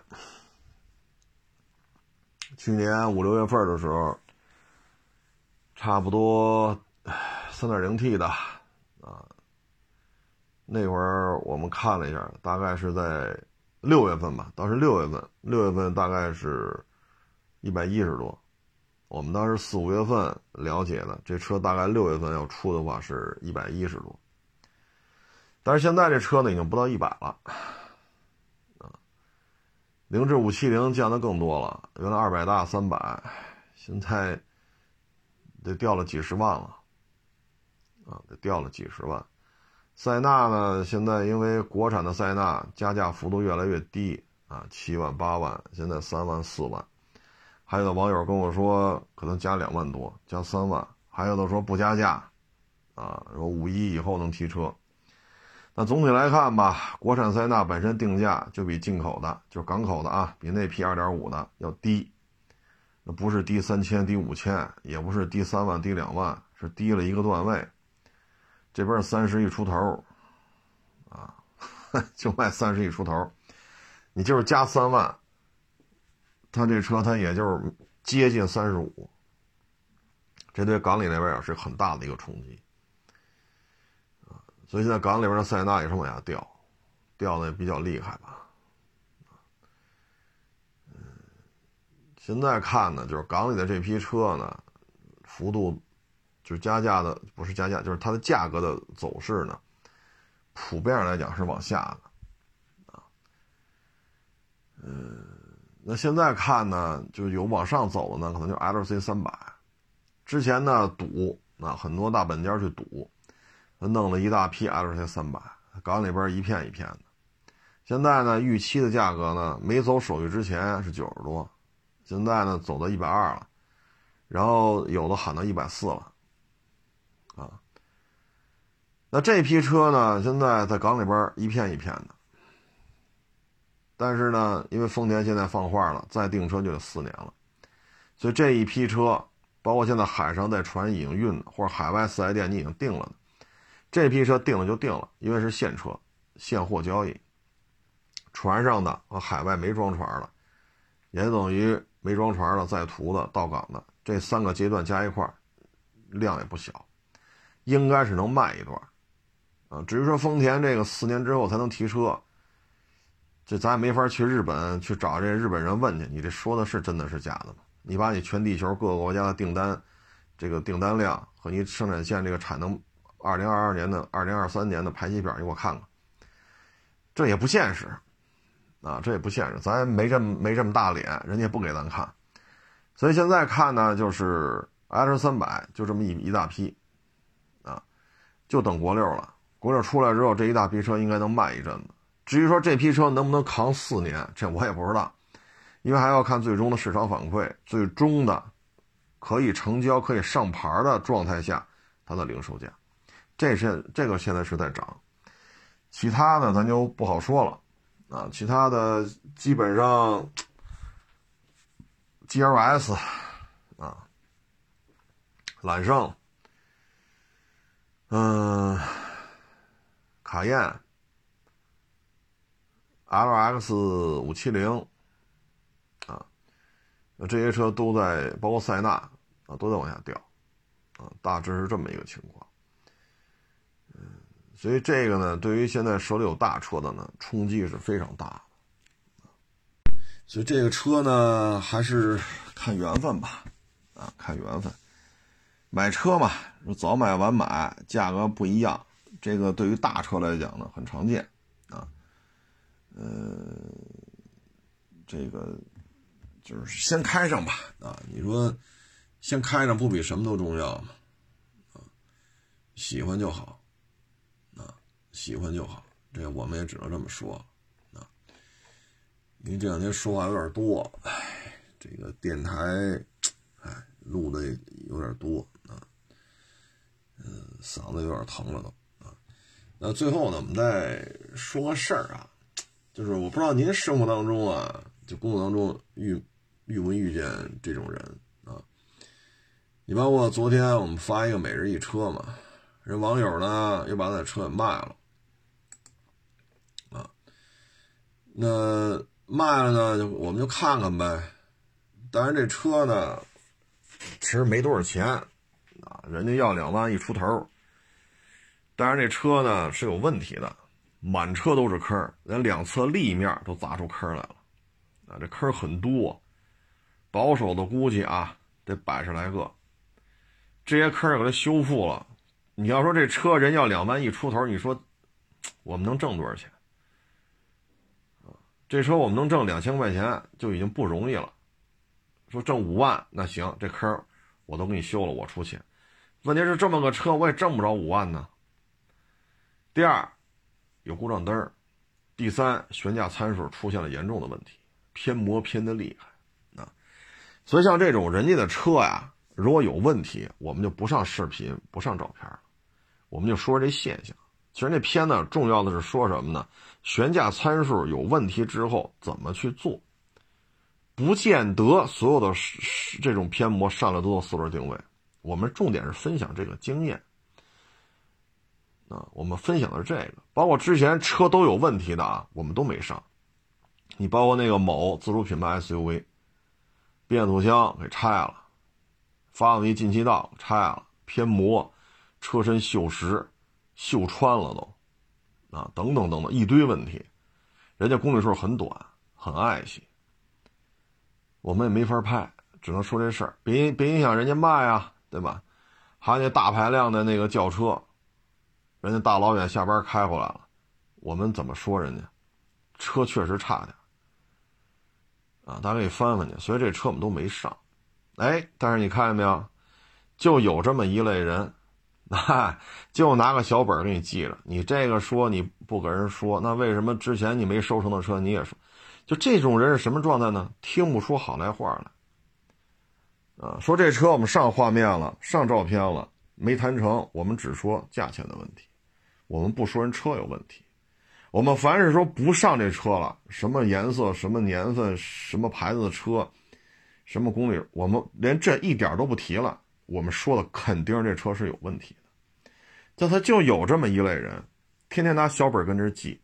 去年5、6月份的时候，差不多 3.0T 的啊，那会儿我们看了一下，大概是在6月份吧，当时6月份大概是110多。我们当时4、5月份了解的，这车大概6月份要出的话是110多，但是现在这车呢已经不到100了，0至570降的更多了，原来200大300，现在得掉了几十万了，得掉了几十万。塞纳呢，现在因为国产的塞纳加价幅度越来越低啊，7万8万，现在3万4万。还有的网友跟我说，可能加2万多，加3万，还有的说不加价，说5一以后能提车。那总体来看吧，国产塞纳本身定价就比进口的，就是港口的啊，比那批 2.5 的要低，那不是低3000、低5000，也不是低3万、低2万，是低了一个段位。这边30亿出头啊，就卖30亿出头，你就是加3万。他这车他也就是接近35，这对港里那边也是很大的一个冲击所以现在港里边的塞纳也是往下掉的也比较厉害吧。现在看呢，就是港里的这批车呢，幅度就是加价的，不是加价，就是它的价格的走势呢，普遍上来讲是往下的那现在看呢，就有往上走的呢，可能就 LC300。之前呢赌，很多大本家去赌，弄了一大批 LC300，港里边一片一片的。现在呢，预期的价格呢，没走手续之前是90多，现在呢走到120了， 然后有的喊到140了，啊，那这批车呢，现在在港里边一片一片的，但是呢，因为丰田现在放话了，再订车就得4年了，所以这一批车，包括现在海上在船已经运的，或者海外4S店你已经订了的，这批车订了就订了，因为是现车，现货交易，船上的和海外没装船的，也等于没装船的、在途的、到港的，这3个阶段加一块量也不小，应该是能卖一段啊。至于说丰田这个4年之后才能提车，这咱也没法去日本去找这日本人问去，你这说的是真的是假的吗？你把你全地球各个国家的订单，这个订单量和你生产线这个产能，2022年的、2023年的排期表，你给我看看，这也不现实啊，这也不现实，咱没这么大脸，人家也不给咱看。所以现在看呢，就是 H300 就这么一大批啊，就等国六了。国六出来之后，这一大批车应该能卖一阵子。至于说这批车能不能扛4年，这我也不知道，因为还要看最终的市场反馈，最终的可以成交、可以上牌的状态下，它的零售价。这个现在是在涨，其他的咱就不好说了啊。其他的基本上 GLS 啊，揽胜，卡宴 LX570啊，这些车都在，包括塞纳啊，都在往下掉啊，大致是这么一个情况。所以这个呢，对于现在手里有大车的呢，冲击是非常大的。所以这个车呢，还是看缘分吧，啊，看缘分。买车嘛，早买晚买，价格不一样，这个对于大车来讲呢，很常见啊。这个就是先开上吧，啊，你说先开上不比什么都重要吗？啊，喜欢就好。喜欢就好，这个我们也只能这么说啊。因为这两天说话有点多，这个电台，录的有点多啊，嗓子有点疼了都啊。那最后呢，我们再说个事儿啊，就是我不知道您生活当中啊，就工作当中遇不遇见这种人啊？你包括昨天我们发一个每日一车嘛，人网友呢又把那车给卖了。那卖了呢，我们就看看呗。当然这车呢，其实没多少钱啊，人家要2万1出头。当然这车呢是有问题的，满车都是坑，连2侧立面都砸出坑来了啊，这坑很多，保守的估计啊得100来个。这些坑给它修复了，你要说这车人要2万1出头，你说我们能挣多少钱？这车我们能挣2000块钱就已经不容易了，说挣5万那行，这坑我都给你修了，我出钱。问题是这么个车我也挣不着5万呢。第二，有故障灯。第三，悬架参数出现了严重的问题，偏磨偏的厉害啊。所以像这种人家的车呀，如果有问题，我们就不上视频，不上照片了，我们就说这现象。其实那篇呢，重要的是说什么呢？悬架参数有问题之后怎么去做？不见得所有的这种偏磨上来都做4轮定位。我们重点是分享这个经验啊，我们分享的是这个，包括之前车都有问题的啊，我们都没上。你包括那个某自主品牌 SUV， 变速箱给拆了，发动机进气道拆了，偏磨，车身锈蚀。锈穿了都啊，等等等等一堆问题，人家公里数很短，很爱惜，我们也没法拍，只能说这事儿，别影响人家卖啊，对吧？还有那大排量的那个轿车，人家大老远下班开回来了，我们怎么说人家？车确实差点啊，大家可以翻翻去，所以这车我们都没上。但是你看见没有，就有这么一类人。就拿个小本给你记着，你这个说你不给人说，那为什么之前你没收成的车你也说？就这种人是什么状态呢？听不出好赖话来说这车我们上画面了，上照片了，没谈成，我们只说价钱的问题，我们不说人车有问题。我们凡是说不上这车了，什么颜色、什么年份、什么牌子的车、什么公里，我们连这一点都不提了。我们说的肯定这车是有问题的。但他就有这么一类人，天天拿小本跟这记，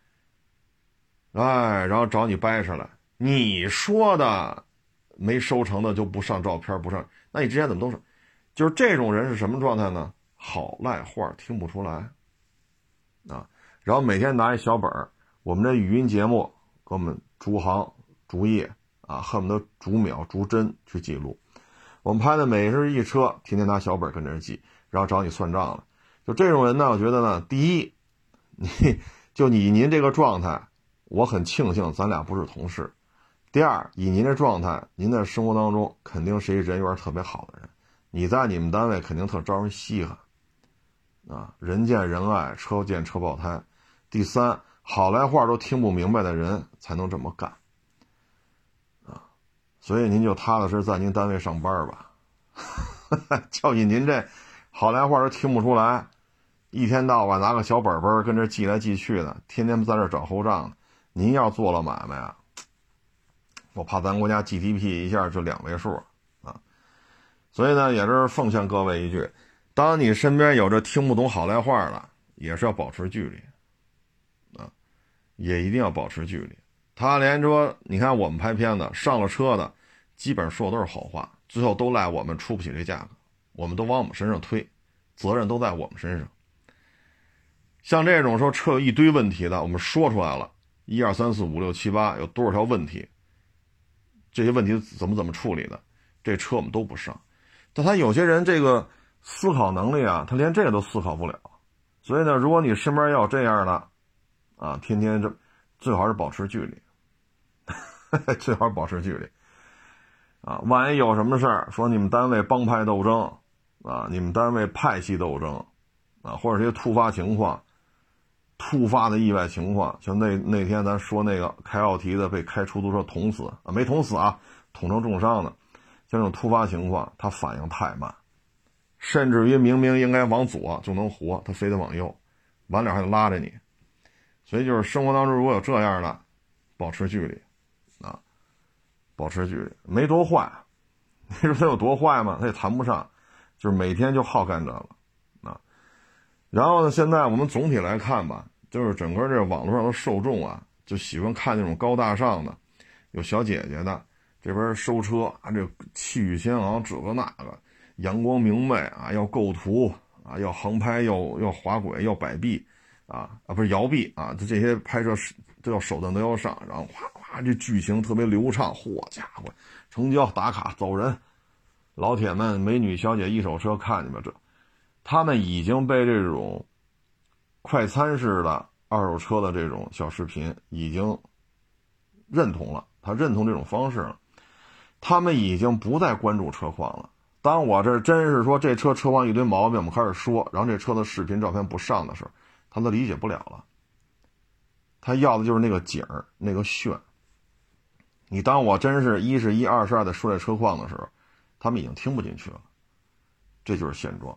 然后找你掰扯来。你说的没收成的就不上照片，不上，那你之前怎么都是？就是这种人是什么状态呢？好赖话听不出来啊。然后每天拿一小本，我们这语音节目给我们逐行逐页啊，恨不得逐秒逐帧去记录。我们拍的每日一车，天天拿小本跟这记，然后找你算账了。就这种人呢，我觉得呢，第一，您这个状态，我很庆幸咱俩不是同事。第二，以您这状态，您在生活当中肯定是一人缘特别好的人，你在你们单位肯定特招人稀罕啊，人见人爱，车见车爆胎。第三，好赖话都听不明白的人才能这么干啊，所以您就踏踏实实在您单位上班吧。就以您这好赖话都听不出来，一天到晚拿个小本本跟这记来记去的，天天在这找后账。您要做了买卖啊，我怕咱国家 GDP 一下就2位数啊。所以呢，也是奉劝各位一句，当你身边有着听不懂好赖话的，也是要保持距离啊，也一定要保持距离。他连说你看我们拍片子上了车的基本上说的都是好话，最后都赖我们出不起这价格，我们都往我们身上推，责任都在我们身上。像这种说车有一堆问题的，我们说出来了1、2、3、4、5、6、7、8有多少条问题，这些问题怎么处理的，这车我们都不上。但他有些人这个思考能力啊，他连这个都思考不了。所以呢，如果你身边要这样的啊，天天这最好是保持距离。最好保持距离啊！万一有什么事儿，说你们单位帮派斗争啊，你们单位派系斗争啊，或者这些突发情况、突发的意外情况，像那天咱说那个开奥迪的被开出租车捅死啊，没捅死啊，捅成重伤的，像这种突发情况，他反应太慢，甚至于明明应该往左就能活，他非得往右，完了还得拉着你。所以就是生活当中如果有这样的，保持距离。保持距离，没多坏，你说他有多坏吗？他也谈不上，就是每天就好干这个啊。然后呢，现在我们总体来看吧，就是整个这网络上的受众啊，就喜欢看那种高大上的，有小姐姐的，这边收车啊，这气宇轩昂，这个那个，阳光明媚啊，要构图啊，要航拍，要滑轨，要摆臂不是摇臂啊，这些拍摄都要手段都要上，然后哗哗这剧情特别流畅，嚯家伙，成交打卡走人，老铁们美女小姐一手车看见没？他们已经被这种快餐式的二手车的这种小视频已经认同了，他认同这种方式了，他们已经不再关注车况了。当我这真是说这车况一堆毛病，我们开始说，然后这车的视频照片不上的时候，他都理解不了了。他要的就是那个景儿，那个炫。你当我真是1是1、2是2的说这车况的时候，他们已经听不进去了。这就是现状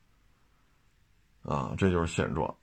啊，这就是现状。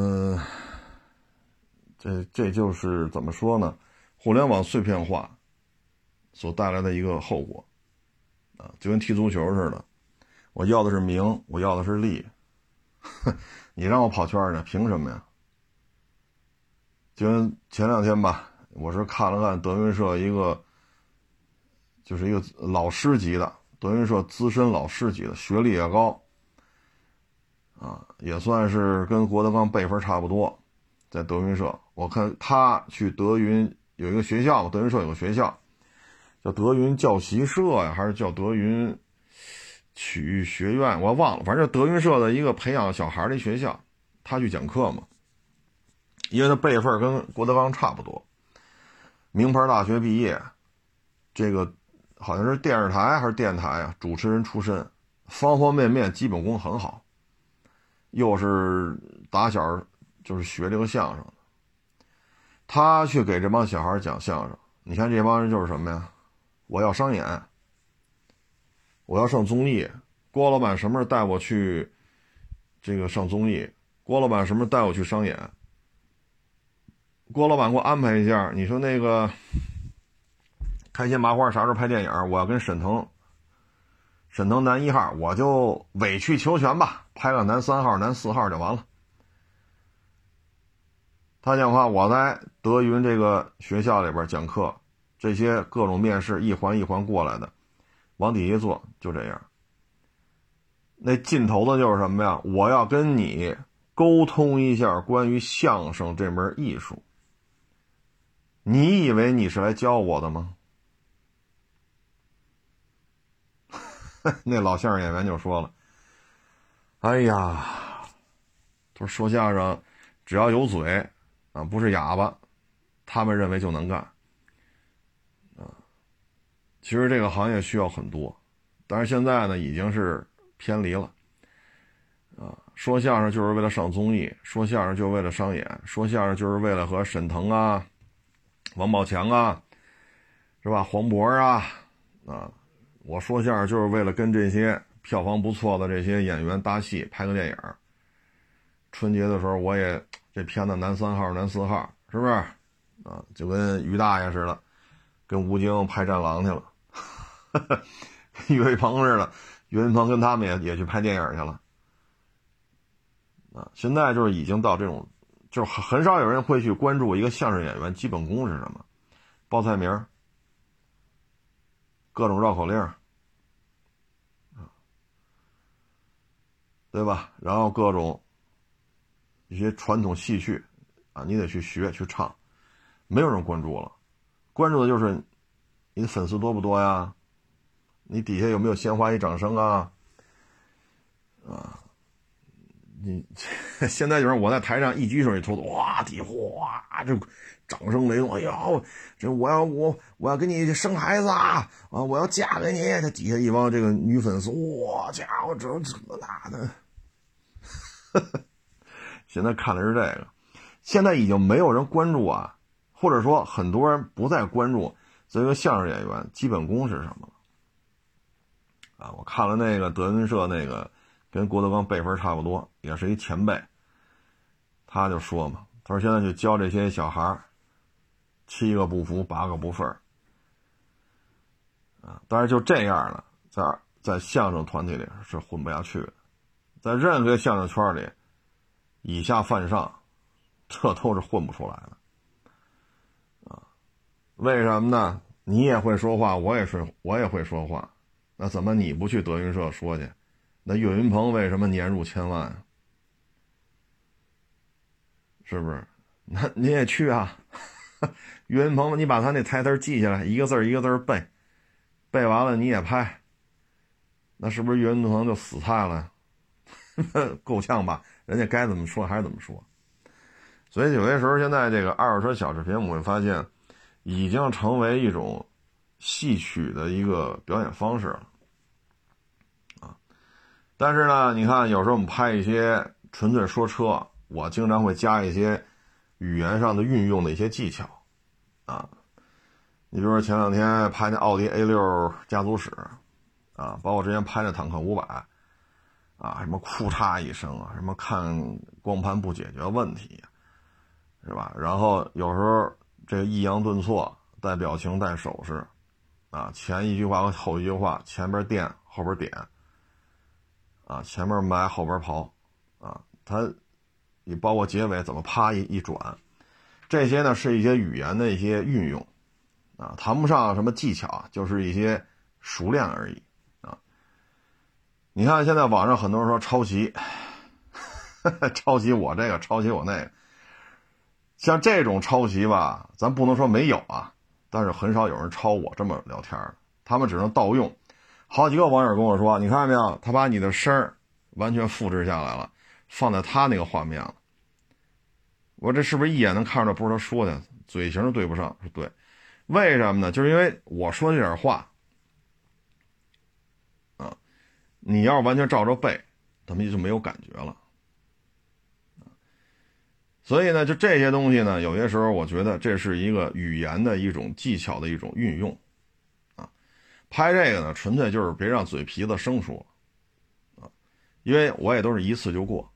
这就是怎么说呢？互联网碎片化所带来的一个后果啊，就跟踢足球似的，我要的是名，我要的是利，你让我跑圈呢，凭什么呀？就跟前2天吧，我是看了看德云社就是一个老师级的，德云社资深老师级的，学历也高啊，也算是跟郭德纲辈分差不多，在德云社。我看他去德云有一个学校，德云社有个学校叫德云教习社呀，还是叫德云曲艺学院，我忘了，反正德云社的一个培养小孩的学校，他去讲课嘛。因为他辈分跟郭德纲差不多，名牌大学毕业，这个好像是电视台还是电台啊，主持人出身，方方面面基本功很好，又是打小就是学这个相声的，他去给这帮小孩讲相声，你看这帮人就是什么呀？我要商演我要上综艺，郭老板什么时候带我去这个上综艺，郭老板什么时候带我去商演，郭老板给我安排一下，你说那个开心麻花啥时候拍电影，我要跟沈腾男1号，我就委曲求全吧，拍个男3号男4号就完了。他讲话，我在德云这个学校里边讲课，这些各种面试一环一环过来的，往底下坐，就这样。那尽头的就是什么呀？我要跟你沟通一下关于相声这门艺术。你以为你是来教我的吗？那老相声演员就说了，哎呀，他说相声只要有嘴啊，不是哑巴，他们认为就能干啊。其实这个行业需要很多，但是现在呢已经是偏离了啊。说相声就是为了上综艺，说相声就是为了商演，说相声就是为了和沈腾啊、王宝强啊，是吧？黄渤啊，我说相声就是为了跟这些票房不错的这些演员搭戏，拍个电影。春节的时候我也这片子男3号男4号，是不是啊？就跟于大爷似的，跟吴京拍战狼去了，跟岳云鹏似的，岳云鹏跟他们也去拍电影去了啊。现在就是已经到这种，就是很少有人会去关注一个相声演员基本功是什么，报菜名，各种绕口令，对吧？然后各种一些传统戏曲啊，你得去学去唱，没有人关注了。关注的就是你的粉丝多不多呀？你底下有没有鲜花一掌声啊？你现在就是我在台上一举手一投足，哇，底下哗，这掌声雷动，哎呦，这我要给你生孩子啊，我要嫁给你，这底下一帮这个女粉丝，哇，家伙，这那的。现在看的是这个，现在已经没有人关注啊，或者说很多人不再关注这个相声演员基本功是什么了啊。我看了那个德云社那个跟郭德纲辈分差不多，也是一前辈，他就说嘛，他说现在就教这些小孩7个不服8个不忿啊。但是就这样了，在相声团体里是混不下去的，在任何相声圈里以下犯上，这都是混不出来的啊。为什么呢？你也会说话，我也会说话，那怎么你不去德云社说去？那岳云鹏为什么年入1000万？是不是？那你也去啊。岳云鹏，你把他那台词记下来，一个字一个字背，背完了你也拍，那是不是岳云鹏就死菜了？够呛吧，人家该怎么说还是怎么说。所以有些时候现在这个二手车小视频，我们会发现已经成为一种戏曲的一个表演方式了啊。但是呢，你看有时候我们拍一些纯粹说车，我经常会加一些语言上的运用的一些技巧啊。你比如说前2天拍那奥迪 A6 家族史啊，包括之前拍那坦克500啊，什么哭嚓一声啊，什么看光盘不解决问题，是吧？然后有时候这个抑扬顿挫，带表情带手势啊，前一句话和后一句话，前边垫后边点啊，前面埋后边刨啊，它你包括结尾怎么啪一转，这些呢是一些语言的一些运用啊，谈不上什么技巧，就是一些熟练而已啊。你看现在网上很多人说抄袭抄袭我这个抄袭我那个，像这种抄袭吧，咱不能说没有啊，但是很少有人抄我这么聊天的，他们只能盗用。好几个网友跟我说，你看到没有，他把你的声儿完全复制下来了，放在他那个画面了。我这是不是一眼能看出来不是他说的，嘴型对不上？是对，为什么呢？就是因为我说这点话啊，你要是完全照着背，他们就没有感觉了。所以呢，就这些东西呢，有些时候我觉得这是一个语言的一种技巧的一种运用啊， 拍这个呢，纯粹就是别让嘴皮子生疏啊，因为我也都是一次就过，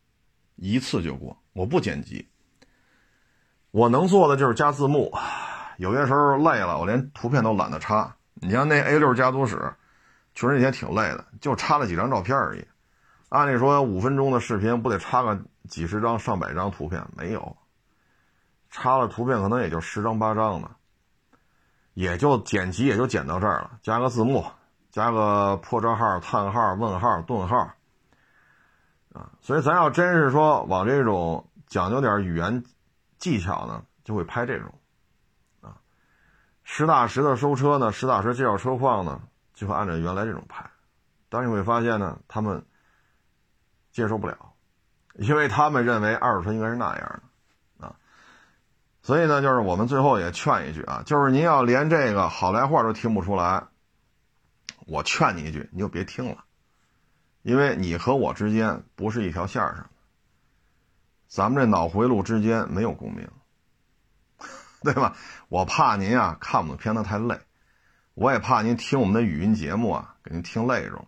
我不剪辑。我能做的就是加字幕，有些时候累了，我连图片都懒得插。你像那 A6 家族史，确实也挺累的，就插了几张照片而已。按理说5分钟的视频不得插个几十张上百张图片？没有，插了图片可能也就10张8张的，也就剪辑也就剪到这儿了，加个字幕，加个破折号、叹号、问号、顿号啊。所以咱要真是说往这种讲究点语言技巧呢，就会拍这种啊。实打实的收车呢，实打实介绍车况呢，就会按照原来这种拍。但是你会发现呢，他们接受不了，因为他们认为二手车应该是那样的啊。所以呢，就是我们最后也劝一句啊，就是您要连这个好赖话都听不出来，我劝你一句，你就别听了，因为你和我之间不是一条线上的，咱们这脑回路之间没有共鸣，对吧？我怕您啊看我们的片子太累，我也怕您听我们的语音节目啊给您听累着，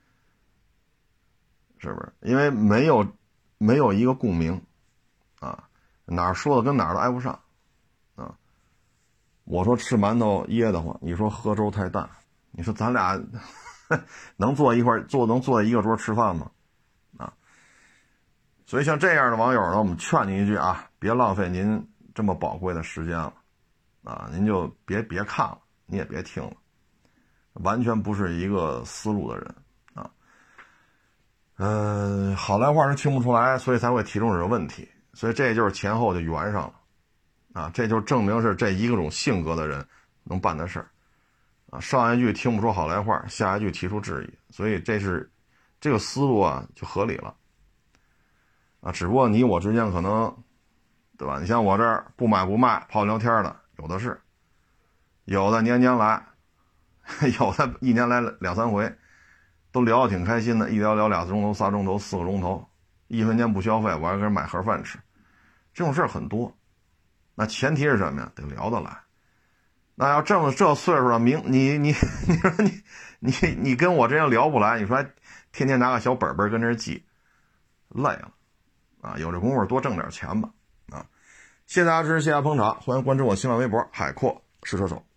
是不是？因为没有一个共鸣啊，哪儿说的跟哪儿都挨不上啊。我说吃馒头噎得慌，你说喝粥太淡，你说咱俩能坐一块能坐在一个桌吃饭吗？啊，所以像这样的网友呢，我们劝您一句啊，别浪费您这么宝贵的时间了啊，您就别看了，你也别听了，完全不是一个思路的人啊。好赖话是听不出来，所以才会提出这个问题，所以这就是前后就圆上了啊，这就证明是这一个种性格的人能办的事儿啊。上一句听不出好赖话，下一句提出质疑，所以这个思路啊就合理了啊。只不过你我之间可能，对吧？你像我这儿不买不卖泡聊天的有的是，有的年来，有的一年来2、3回，都聊得挺开心的，一聊2、3钟头、3钟头、4个钟头，1分钱不消费，我还给人买盒饭吃，这种事儿很多。那前提是什么呀？得聊得来。那要这岁数了，你说你跟我这样聊不来，你说还天天拿个小本本跟这记，累了啊！有这功夫多挣点钱吧啊！谢谢大家支持，谢谢大家捧场，欢迎关注我新浪微博海阔试车手。